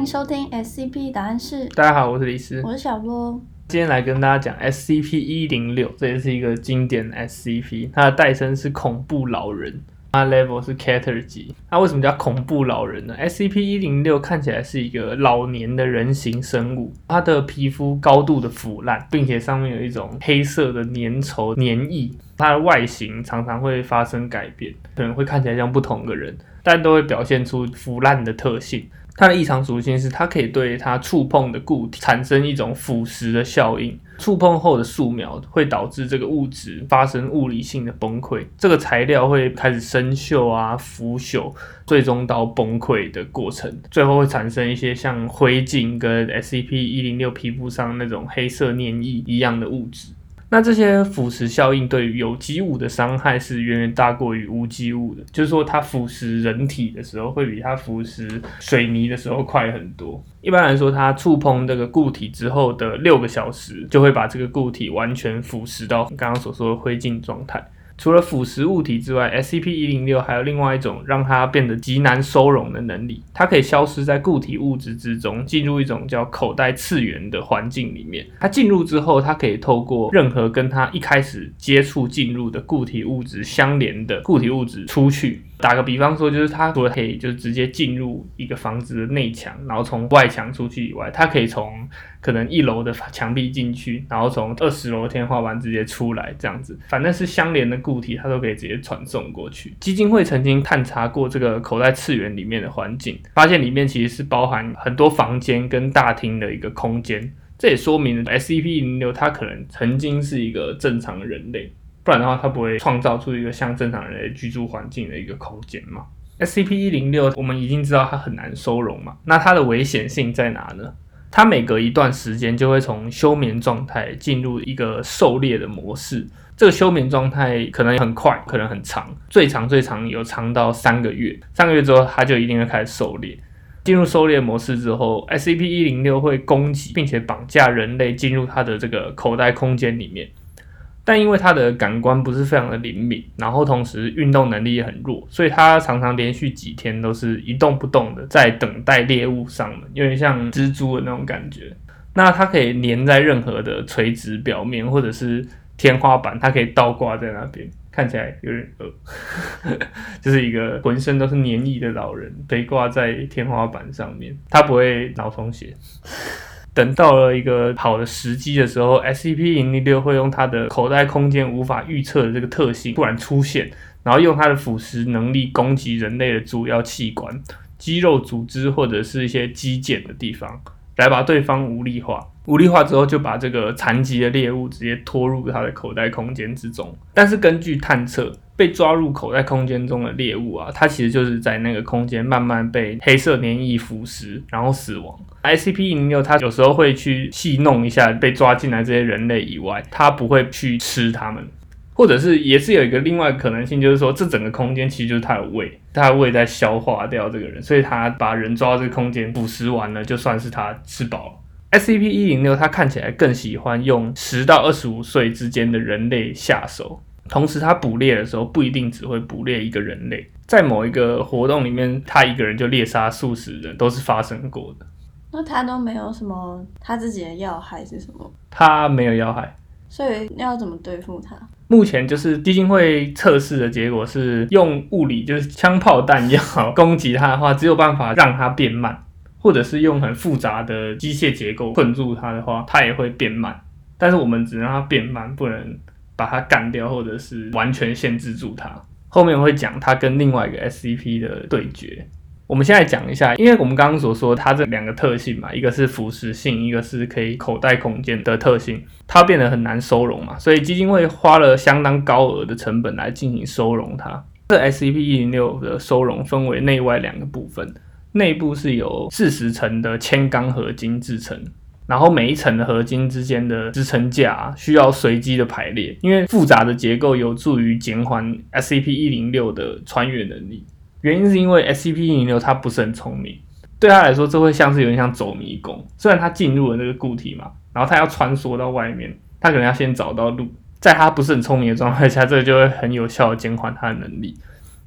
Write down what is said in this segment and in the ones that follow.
收听 SCP 答案室。 大家好，我是李斯， 我是小波。 今天来跟大家讲 SCP-106，这也是一个经典 SCP， 它的代称是恐怖老人，它的 level 是 Keter 级。它为什么叫恐怖老人呢？ SCP-106 看起来是一个老年的人形生物，它的皮肤高度的腐烂，并且上面有一种黑色的粘稠粘液，它的外形常常会发生改变，可能会看起来像不同的人，但都会表现出腐烂的特性。它的异常属性是它可以对它触碰的固体产生一种腐蚀的效应，触碰后的数秒会导致这个物质发生物理性的崩溃，这个材料会开始生锈啊、腐朽，最终到崩溃的过程，最后会产生一些像灰烬跟 SCP-106 皮肤上那种黑色粘液一样的物质。那这些腐蚀效应对于有机物的伤害是远远大过于无机物的，就是说它腐蚀人体的时候会比它腐蚀水泥的时候快很多。一般来说，它触碰这个固体之后的6个小时就会把这个固体完全腐蚀到刚刚所说的灰烬状态。除了腐蚀物体之外， SCP-106 还有另外一种让它变得极难收容的能力，它可以消失在固体物质之中，进入一种叫口袋次元的环境里面。它进入之后，它可以透过任何跟它一开始接触进入的固体物质相连的固体物质出去。打个比方说，就是它除了可以就直接进入一个房子的内墙，然后从外墙出去以外，它可以从可能1楼的墙壁进去，然后从20楼的天花板直接出来，这样子，反正是相连的固体，它都可以直接传送过去。基金会曾经探查过这个口袋次元里面的环境，发现里面其实是包含很多房间跟大厅的一个空间，这也说明了 SCP-106 它可能曾经是一个正常的人类。不然的话，它不会创造出一个像正常人类居住环境的一个空间嘛。SCP-106 我们已经知道它很难收容嘛，那它的危险性在哪呢？它每隔一段时间就会从休眠状态进入一个狩猎的模式，这个休眠状态可能很快，可能很长，最长有长到3个月，3个月之后它就一定会开始狩猎。进入狩猎模式之后， SCP-106 会攻击并且绑架人类进入它的这个口袋空间里面。但因为它的感官不是非常的灵敏，然后同时运动能力也很弱，所以它常常连续几天都是一动不动的在等待猎物上门，有点像蜘蛛的那种感觉。那它可以粘在任何的垂直表面或者是天花板，它可以倒挂在那边，看起来有点就是一个浑身都是粘液的老人被挂在天花板上面，它不会脑充血。等到了一个好的时机的时候， SCP-106 会用它的口袋空间无法预测的这个特性突然出现，然后用它的腐蚀能力攻击人类的主要器官、肌肉组织或者是一些肌腱的地方，来把对方无力化。无力化之后，就把这个残疾的猎物直接拖入它的口袋空间之中。但是根据探测，被抓入口袋空间中的猎物啊，它其实就是在那个空间慢慢被黑色粘液腐蚀，然后死亡。SCP-106 它有时候会去戏弄一下被抓进来这些人类以外，它不会去吃他们。或者是也是有一个另外可能性，就是说这整个空间其实就是它的胃，它的胃在消化掉这个人，所以它把人抓到这个空间腐蚀完了，就算是它吃饱了。SCP-106 它看起来更喜欢用10到25岁之间的人类下手，同时它捕猎的时候不一定只会捕猎一个人类，在某一个活动里面，他一个人就猎杀数十人，都是发生过的。 那他都没有什么他自己的要害是什么？ 他没有要害， 所以要怎么对付他？ 目前就是基金会测试的结果是用物理，就是枪炮弹药攻击他的话，只有办法让他变慢，或者是用很复杂的机械结构困住他的话，他也会变慢。但是我们只能让他变慢，不能把他干掉，或者是完全限制住他。后面我会讲他跟另外一个 SCP 的对决。我们现在讲一下，因为我们刚刚所说它这2个特性嘛，一个是腐蚀性，一个是可以口袋空间的特性，它变得很难收容嘛，所以基金会花了相当高额的成本来进行收容它。这 SCP-106 的收容分为内外2个部分，内部是由40层的铅钢合金制成，然后每一层的合金之间的支撑架需要随机的排列，因为复杂的结构有助于减缓 SCP-106 的穿越能力。原因是因为 SCP-106 它不是很聪明，对他来说这会像是有点像走迷宫。虽然他进入了那个固体嘛，然后他要穿梭到外面，他可能要先找到路，在他不是很聪明的状态下，这个就会很有效的减缓他的能力。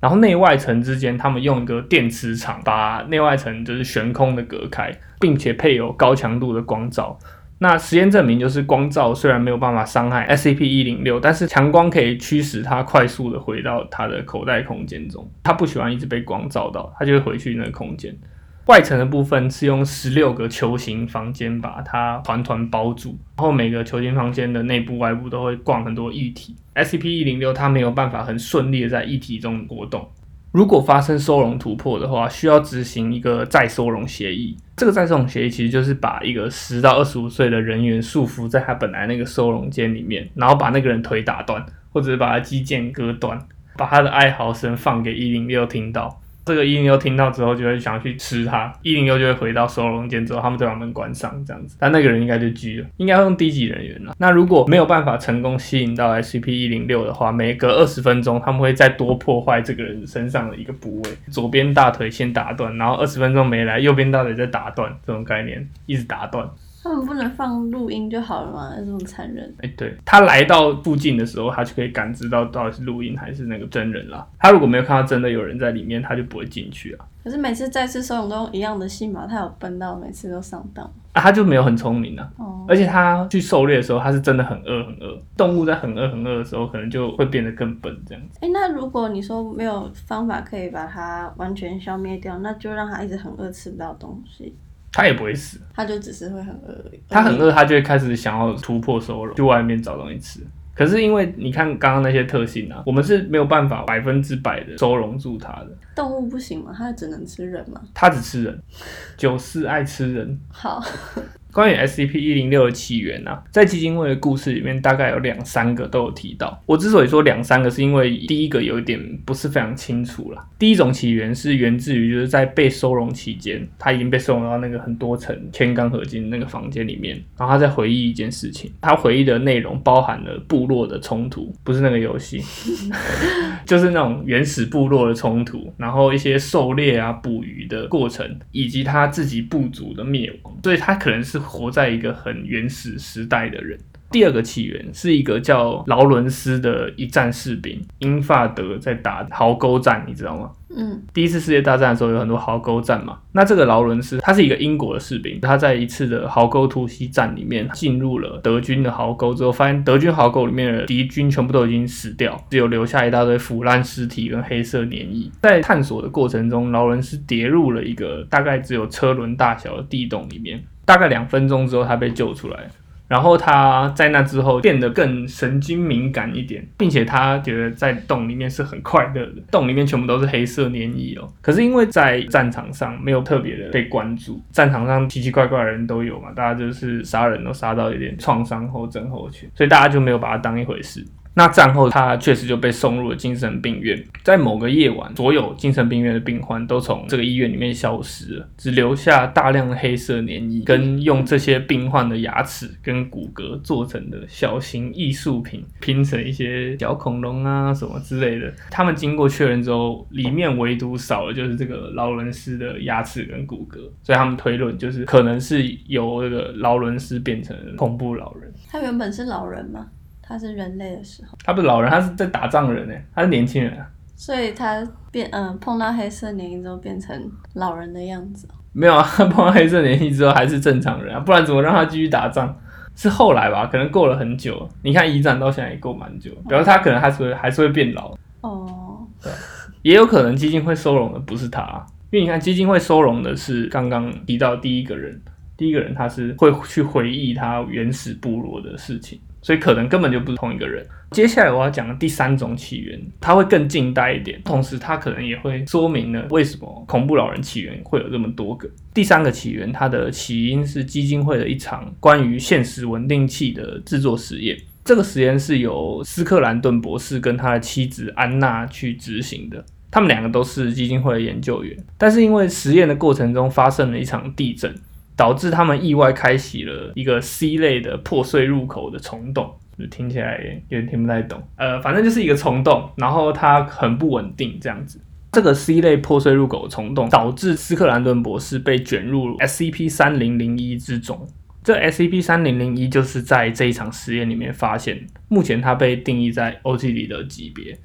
然后内外层之间他们用一个电磁场把内外层就是悬空的隔开，并且配有高强度的光照。那实验证明就是光照虽然没有办法伤害 SCP-106， 但是强光可以驱使它快速的回到它的口袋空间中。它不喜欢一直被光照到，它就会回去那个空间。外层的部分是用16个球形房间把它团团包住，然后每个球形房间的内部外部都会灌很多液体。SCP-106 它没有办法很顺利的在液体中活动。如果发生收容突破的话，需要执行一个再收容协议。这个再收容协议其实就是把一个10到25岁的人员束缚在他本来那个收容间里面，然后把那个人腿打断，或者是把他肌腱割断，把他的哀嚎声放给106听到。这个106听到之后就会想去吃它，106就会回到收容间之后，他们就把门关上这样子。但那个人应该就拘了，应该会用低级人员啦。那如果没有办法成功吸引到 SCP-106 的话，每隔20分钟他们会再多破坏这个人身上的一个部位，左边大腿先打断，然后20分钟没来，右边大腿再打断，这种概念一直打断。 他们不能放录音就好了吗？这么残忍？ 对，他来到附近的时候，他就可以感知到到底是录音还是那个真人啦。他如果没有看到真的有人在里面，他就不会进去啊。 可是每次再次收容都用一样的信码，他有笨到每次都上当他就没有很聪明啊。而且他去狩猎的时候，他是真的很饿很饿。动物在很饿很饿的时候，可能就会变得更笨这样子。 那如果你说没有方法可以把它完全消灭掉，那就让它一直很饿，吃不到东西。 他也不会死， 他就只是会很饿而已。 他很饿，他就会开始想要突破收容，去外面找东西吃。可是因为你看刚刚那些特性啊，我们是没有办法100%的收容住它的。 动物不行吗？它只能吃人吗？ 它只吃人，94爱吃人。 好。 关于 SCP-106 的起源啊，在基金会的故事里面大概有2-3个都有提到。我之所以说2-3个，是因为第一个有一点不是非常清楚啦。第一种起源是源自于就是在被收容期间，他已经被收容到那个很多层铅钢合金那个房间里面，然后他在回忆一件事情。他回忆的内容包含了部落的冲突，不是那个游戏，就是那种原始部落的冲突，然后一些狩猎啊、捕鱼的过程，以及他自己部族的灭亡。所以他可能是活在一个很原始时代的人。第二个起源是一个叫劳伦斯的一战士兵，英法德在打壕沟战，你知道吗？第一次世界大战的时候有很多壕沟战嘛，那这个劳伦斯他是一个英国的士兵，他在一次的壕沟突袭战里面进入了德军的壕沟之后，发现德军壕沟里面的敌军全部都已经死掉，只有留下一大堆腐烂尸体跟黑色粘液。在探索的过程中，劳伦斯跌入了一个大概只有车轮大小的地洞里面，大概2分钟之后他被救出来，然后他在那之后变得更神经敏感一点，并且他觉得在洞里面是很快乐的，洞里面全部都是黑色粘液哦。可是因为在战场上没有特别的被关注，战场上奇奇怪怪的人都有嘛，大家就是杀人都杀到有点创伤后症候群，所以大家就没有把它当一回事。那战后他确实就被送入了精神病院，在某个夜晚，所有精神病院的病患都从这个医院里面消失了，只留下大量的黑色粘液跟用这些病患的牙齿跟骨骼做成的小型艺术品，拼成一些小恐龙啊什么之类的。他们经过确认之后，里面唯独少了就是这个劳伦斯的牙齿跟骨骼，所以他们推论就是可能是由这个劳伦斯变成恐怖老人。 他原本是老人吗？他是人类的时候， 他不是老人，他是在打仗人耶，他是年轻人啊。 所以他碰到黑色粘液之后变成老人的样子。 没有啊，他碰到黑色粘液之后还是正常人啊，不然怎么让他继续打仗？是后来吧，可能过了很久。你看一战到现在也过蛮久，表示他可能还是会变老。 哦， 对，也有可能基金会收容的不是他，因为你看基金会收容的是刚刚提到第一个人他是会去回忆他原始部落的事情。所以可能根本就不是同一个人。接下来我要讲的第3种起源，它会更近代一点，同时它可能也会说明了为什么恐怖老人起源会有这么多个。第3个起源，它的起因是基金会的一场关于现实稳定器的制作实验。这个实验是由斯克兰顿博士跟他的妻子安娜去执行的。他们2个都是基金会的研究员，但是因为实验的过程中发生了一场地震，导致他们意外开启了一个 C 类的破碎入口的虫洞，听起来有点听不太懂。反正就是一个虫洞，然后它很不稳定这样子。这个 C 类破碎入口的虫洞导致斯克兰顿博士被卷入 SCP-3001 之中。这 SCP-3001 就是在这一场实验里面发现，目前它被定义在 OT 里的级别。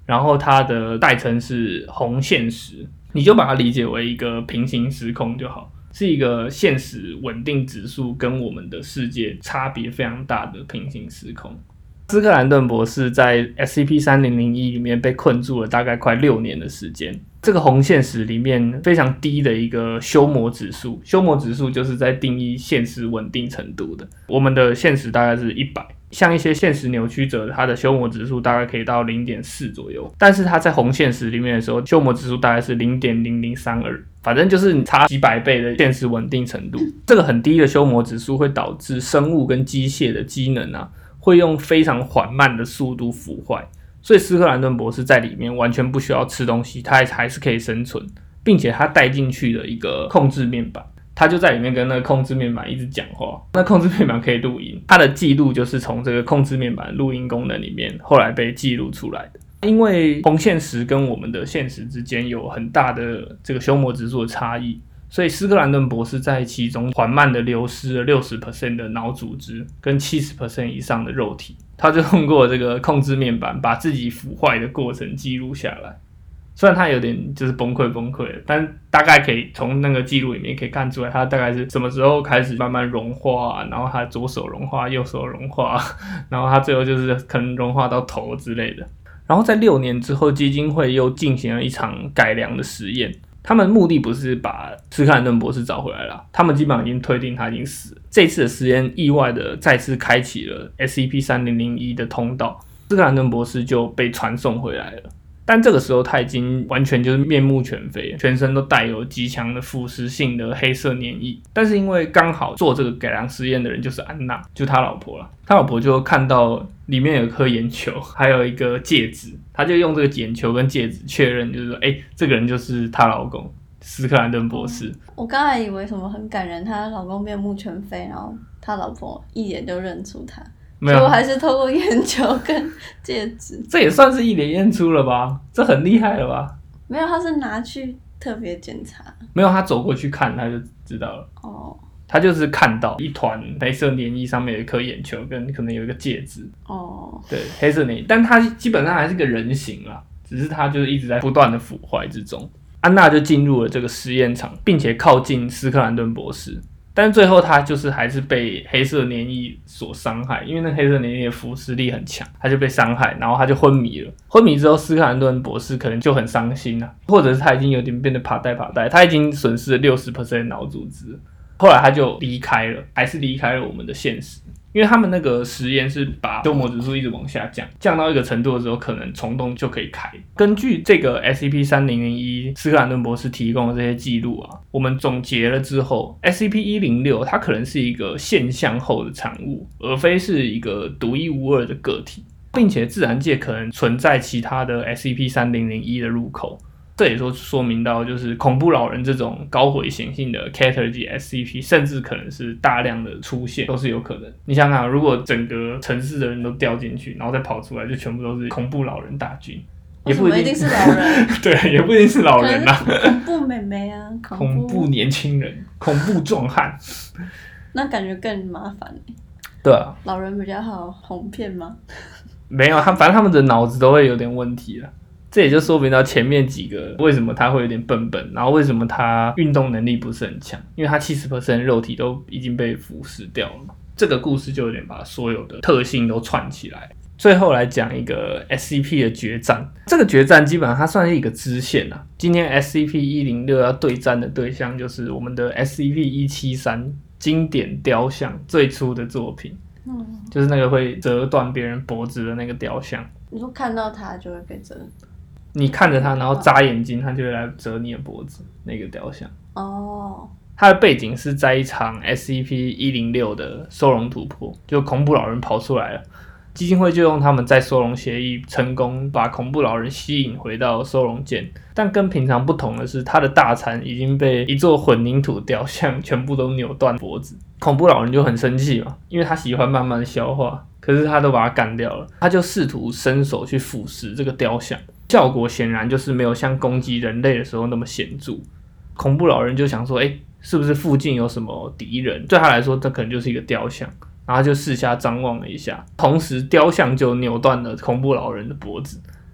然后它的代称是红线石，你就把它理解为一个平行时空就好，是一个现实稳定指数跟我们的世界差别非常大的平行时空。斯克兰顿博士在 SCP-3001 里面被困住了大概快6年的时间。这个红线石里面非常低的一个修魔指数，修魔指数就是在定义现实稳定程度的。我们的现实大概是100，像一些现实扭曲者，它的修魔指数大概可以到 0.4 左右，但是它在红线石里面的时候，修魔指数大概是 0.0032， 反正就是差几百倍的现实稳定程度。这个很低的修魔指数会导致生物跟机械的机能会用非常缓慢的速度腐坏，所以斯克兰顿博士在里面完全不需要吃东西，他还是可以生存，并且他带进去了一个控制面板，他就在里面跟那个控制面板一直讲话，那控制面板可以录音，他的记录就是从这个控制面板录音功能里面后来被记录出来的。因为红线石跟我们的现实之间有很大的这个修魔指数的差异，所以斯克兰顿博士在其中缓慢的流失了 60% 的脑组织跟 70% 以上的肉体，他就通过这个控制面板把自己腐坏的过程记录下来。虽然他有点就是崩溃的，但大概可以从那个记录里面可以看出来，他大概是什么时候开始慢慢融化，然后他左手融化，右手融化，然后他最后就是可能融化到头之类的。然后在6年之后，基金会又进行了一场改良的实验。他们目的不是把斯克兰顿博士找回来了，他们基本上已经推定他已经死了。这次的实验意外的再次开启了 SCP-3001 的通道，斯克兰顿博士就被传送回来了。但这个时候他已经完全就是面目全非，全身都带有极强的腐蚀性的黑色粘液。但是因为刚好做这个改良实验的人就是安娜，就他老婆了，他老婆就看到里面有一颗眼球，还有一个戒指，他就用这个眼球跟戒指确认，就是说，这个人就是她老公斯克兰顿博士。 我刚才以为什么很感人，她老公面目全非，然后她老婆一眼就认出他。 没有， 我还是透过眼球跟戒指， 这也算是一脸验出了吧？这很厉害了吧？ 没有，他是拿去特别检查。 没有，他走过去看，他就知道了。 哦， 他就是看到一团黑色粘液，上面有一颗眼球，跟可能有一个戒指。 哦， 对，黑色粘液，但他基本上还是个人形啦，只是他就是一直在不断的腐坏之中。安娜就进入了这个实验场，并且靠近斯克兰顿博士。但是最后他就是还是被黑色粘液所伤害，因为那黑色粘液的腐蚀力很强，他就被伤害，然后他就昏迷了。昏迷之后，斯克兰顿博士可能就很伤心了，或者是他已经有点变得爬呆，他已经损失了 60% 的脑组织。后来他就离开了，还是离开了我们的现实。因为他们那个实验是把修魔指数一直往下降，降到一个程度的时候，可能虫洞就可以开。根据这个 SCP-3001 斯克兰顿博士提供的这些记录我们总结了之后 ，SCP-106 它可能是一个现象后的产物，而非是一个独一无二的个体，并且自然界可能存在其他的 SCP-3001 的入口。这也说明到，就是恐怖老人这种高危险性的 Keter 级 SCP， 甚至可能是大量的出现，都是有可能。你想想，如果整个城市的人都掉进去，然后再跑出来，就全部都是恐怖老人大军，也不一定是老人， 对，也不一定是老人恐怖妹妹啊， 恐怖年轻人，恐怖壮汉， 那感觉更麻烦。 对啊， 老人比较好哄骗吗？ 没有，反正他们的脑子都会有点问题了。这也就说明到前面几个为什么他会有点笨，然后为什么他运动能力不是很强，因为他 70% 肉体都已经被腐蚀掉了。这个故事就有点把所有的特性都串起来。最后来讲一个 SCP 的决战，这个决战基本上它算是一个支线今天 SCP-106 要对战的对象就是我们的 SCP-173 经典雕像最初的作品，就是那个会折断别人脖子的那个雕像。 你说看到它就会被折？ 你看着它，然后眨眼睛，它就会来折你的脖子。那个雕像，它的背景是在一场 SCP-106 的收容突破，就恐怖老人跑出来了，基金会就用他们在收容协议成功把恐怖老人吸引回到收容间。但跟平常不同的是，他的大残已经被一座混凝土雕像全部都扭断脖子。恐怖老人就很生气嘛，因为他喜欢慢慢消化，可是他都把它干掉了。他就试图伸手去腐蚀这个雕像，效果显然就是没有像攻击人类的时候那么显著。恐怖老人就想说，是不是附近有什么敌人？对他来说，这可能就是一个雕像。然后就四下张望了一下，同时雕像就扭断了恐怖老人的脖子。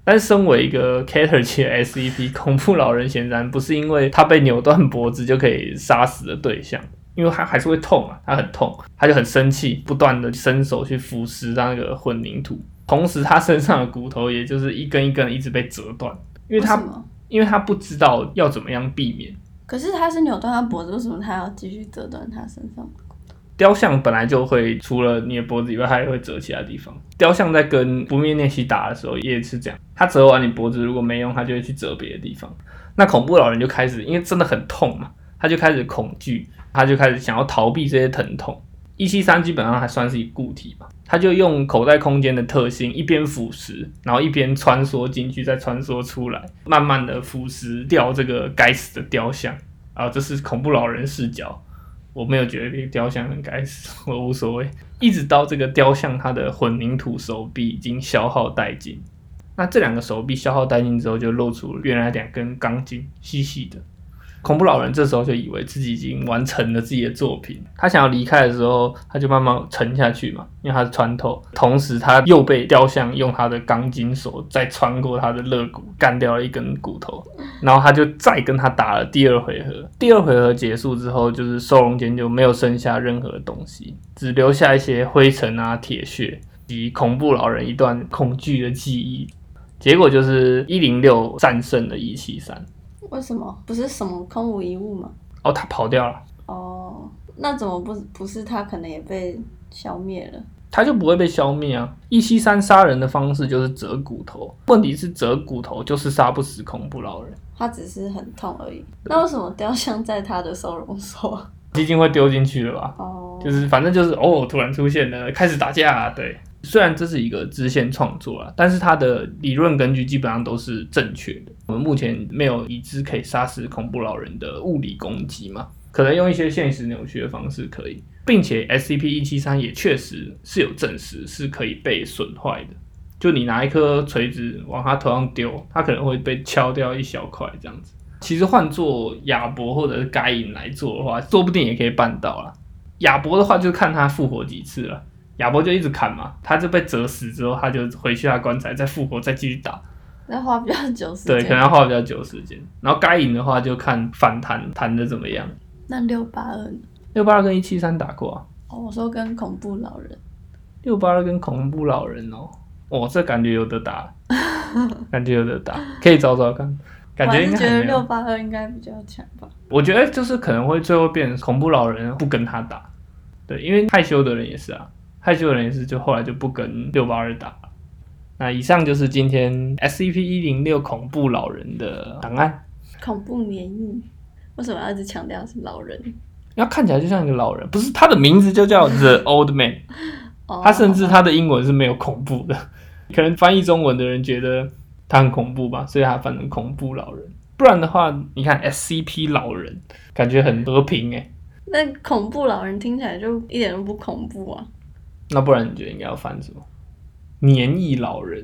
但是身为一个 Cater 级的 SCP， 恐怖老人显然不是因为他被扭断脖子就可以杀死的对象，因为他还是会痛啊，他很痛，他就很生气，不断的伸手去腐蚀他那个混凝土，同时他身上的骨头也就是一根一根一直被折断，因为他不知道要怎么样避免。 可是他是扭断他脖子，为什么他要继续折断他身上的？ 雕像本来就会除了你的脖子以外，它也会折其他地方。雕像在跟不灭练习打的时候也是这样，他折完你脖子如果没用，他就会去折别的地方。那恐怖老人就开始，因为真的很痛嘛，他就开始恐惧，他就开始想要逃避这些疼痛。173基本上还算是一个固体嘛，他就用口袋空间的特性，一边腐蚀，然后一边穿梭进去，再穿梭出来，慢慢的腐蚀掉这个该死的雕像。啊，这是恐怖老人视角。我没有觉得这个雕像很该死，我无所谓。一直到这个雕像它的混凝土手臂已经消耗殆尽，那这两个手臂消耗殆尽之后，就露出了原来两根钢筋，细细的。恐怖老人这时候就以为自己已经完成了自己的作品，他想要离开的时候，他就慢慢沉下去嘛，因为他是穿透，同时他又被雕像用他的钢筋手再穿过他的肋骨，干掉了一根骨头，然后他就再跟他打了第二回合。第二回合结束之后，就是收容间就没有剩下任何东西，只留下一些灰尘啊、铁屑及恐怖老人一段恐惧的记忆。结果就是106战胜了173。 为什么？不是什么空无一物吗？ 哦，他跑掉了。 哦，那怎么不是他可能也被消灭了？ 他就不会被消灭啊！173杀人的方式就是折骨头，问题是折骨头就是杀不死恐怖老人， 他只是很痛而已。那为什么雕像在他的收容所？ 基金会丢进去了吧？ 哦， 就是反正就是突然出现了，开始打架啊，对。虽然这是一个支线创作啦，但是它的理论根据基本上都是正确的。我们目前没有已知可以杀死恐怖老人的物理攻击嘛，可能用一些现实扭曲的方式可以，并且 SCP-173 也确实是有证实是可以被损坏的。就你拿一颗锤子往他头上丢，他可能会被敲掉一小块这样子。其实换做亚伯或者是该隐来做的话，说不定也可以办到啦。亚伯的话就看他复活几次了。亚伯就一直砍嘛，他就被折死之后，他就回去他棺材再复活，再继续打， 要花比较久时间。 对，可能要花比较久时间。然后该赢的话就看反弹的怎么样。 那682 跟173打过啊？ 哦，我说跟恐怖老人。 682跟恐怖老人这感觉有得打，感觉有得打，可以找找看。感觉应该还没有。 我还是觉得682应该比较强吧。 我觉得就是可能会最后变成恐怖老人不跟他打，对，因为害羞的人也是啊。害羞的人也是，就后来就不跟682打了。那以上就是今天 SCP-106 恐怖老人的档案。 恐怖联谊，为什么要一直强调是老人？ 因为他看起来就像一个老人，不是他的名字就叫 The Old Man， 他甚至他的英文是没有恐怖的，可能翻译中文的人觉得他很恐怖吧，所以他翻成恐怖老人。不然的话，你看 SCP 老人，感觉很和平欸。 那恐怖老人听起来就一点都不恐怖啊。 那不然你觉得应该要翻什么？黏液老人，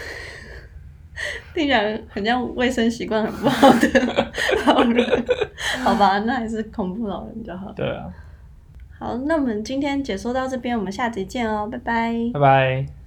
听起来很像卫生习惯很不好的老人。好吧，那还是恐怖老人就好。 对啊。 好，那我们今天解说到这边，我们下集见哦，拜拜。 拜拜。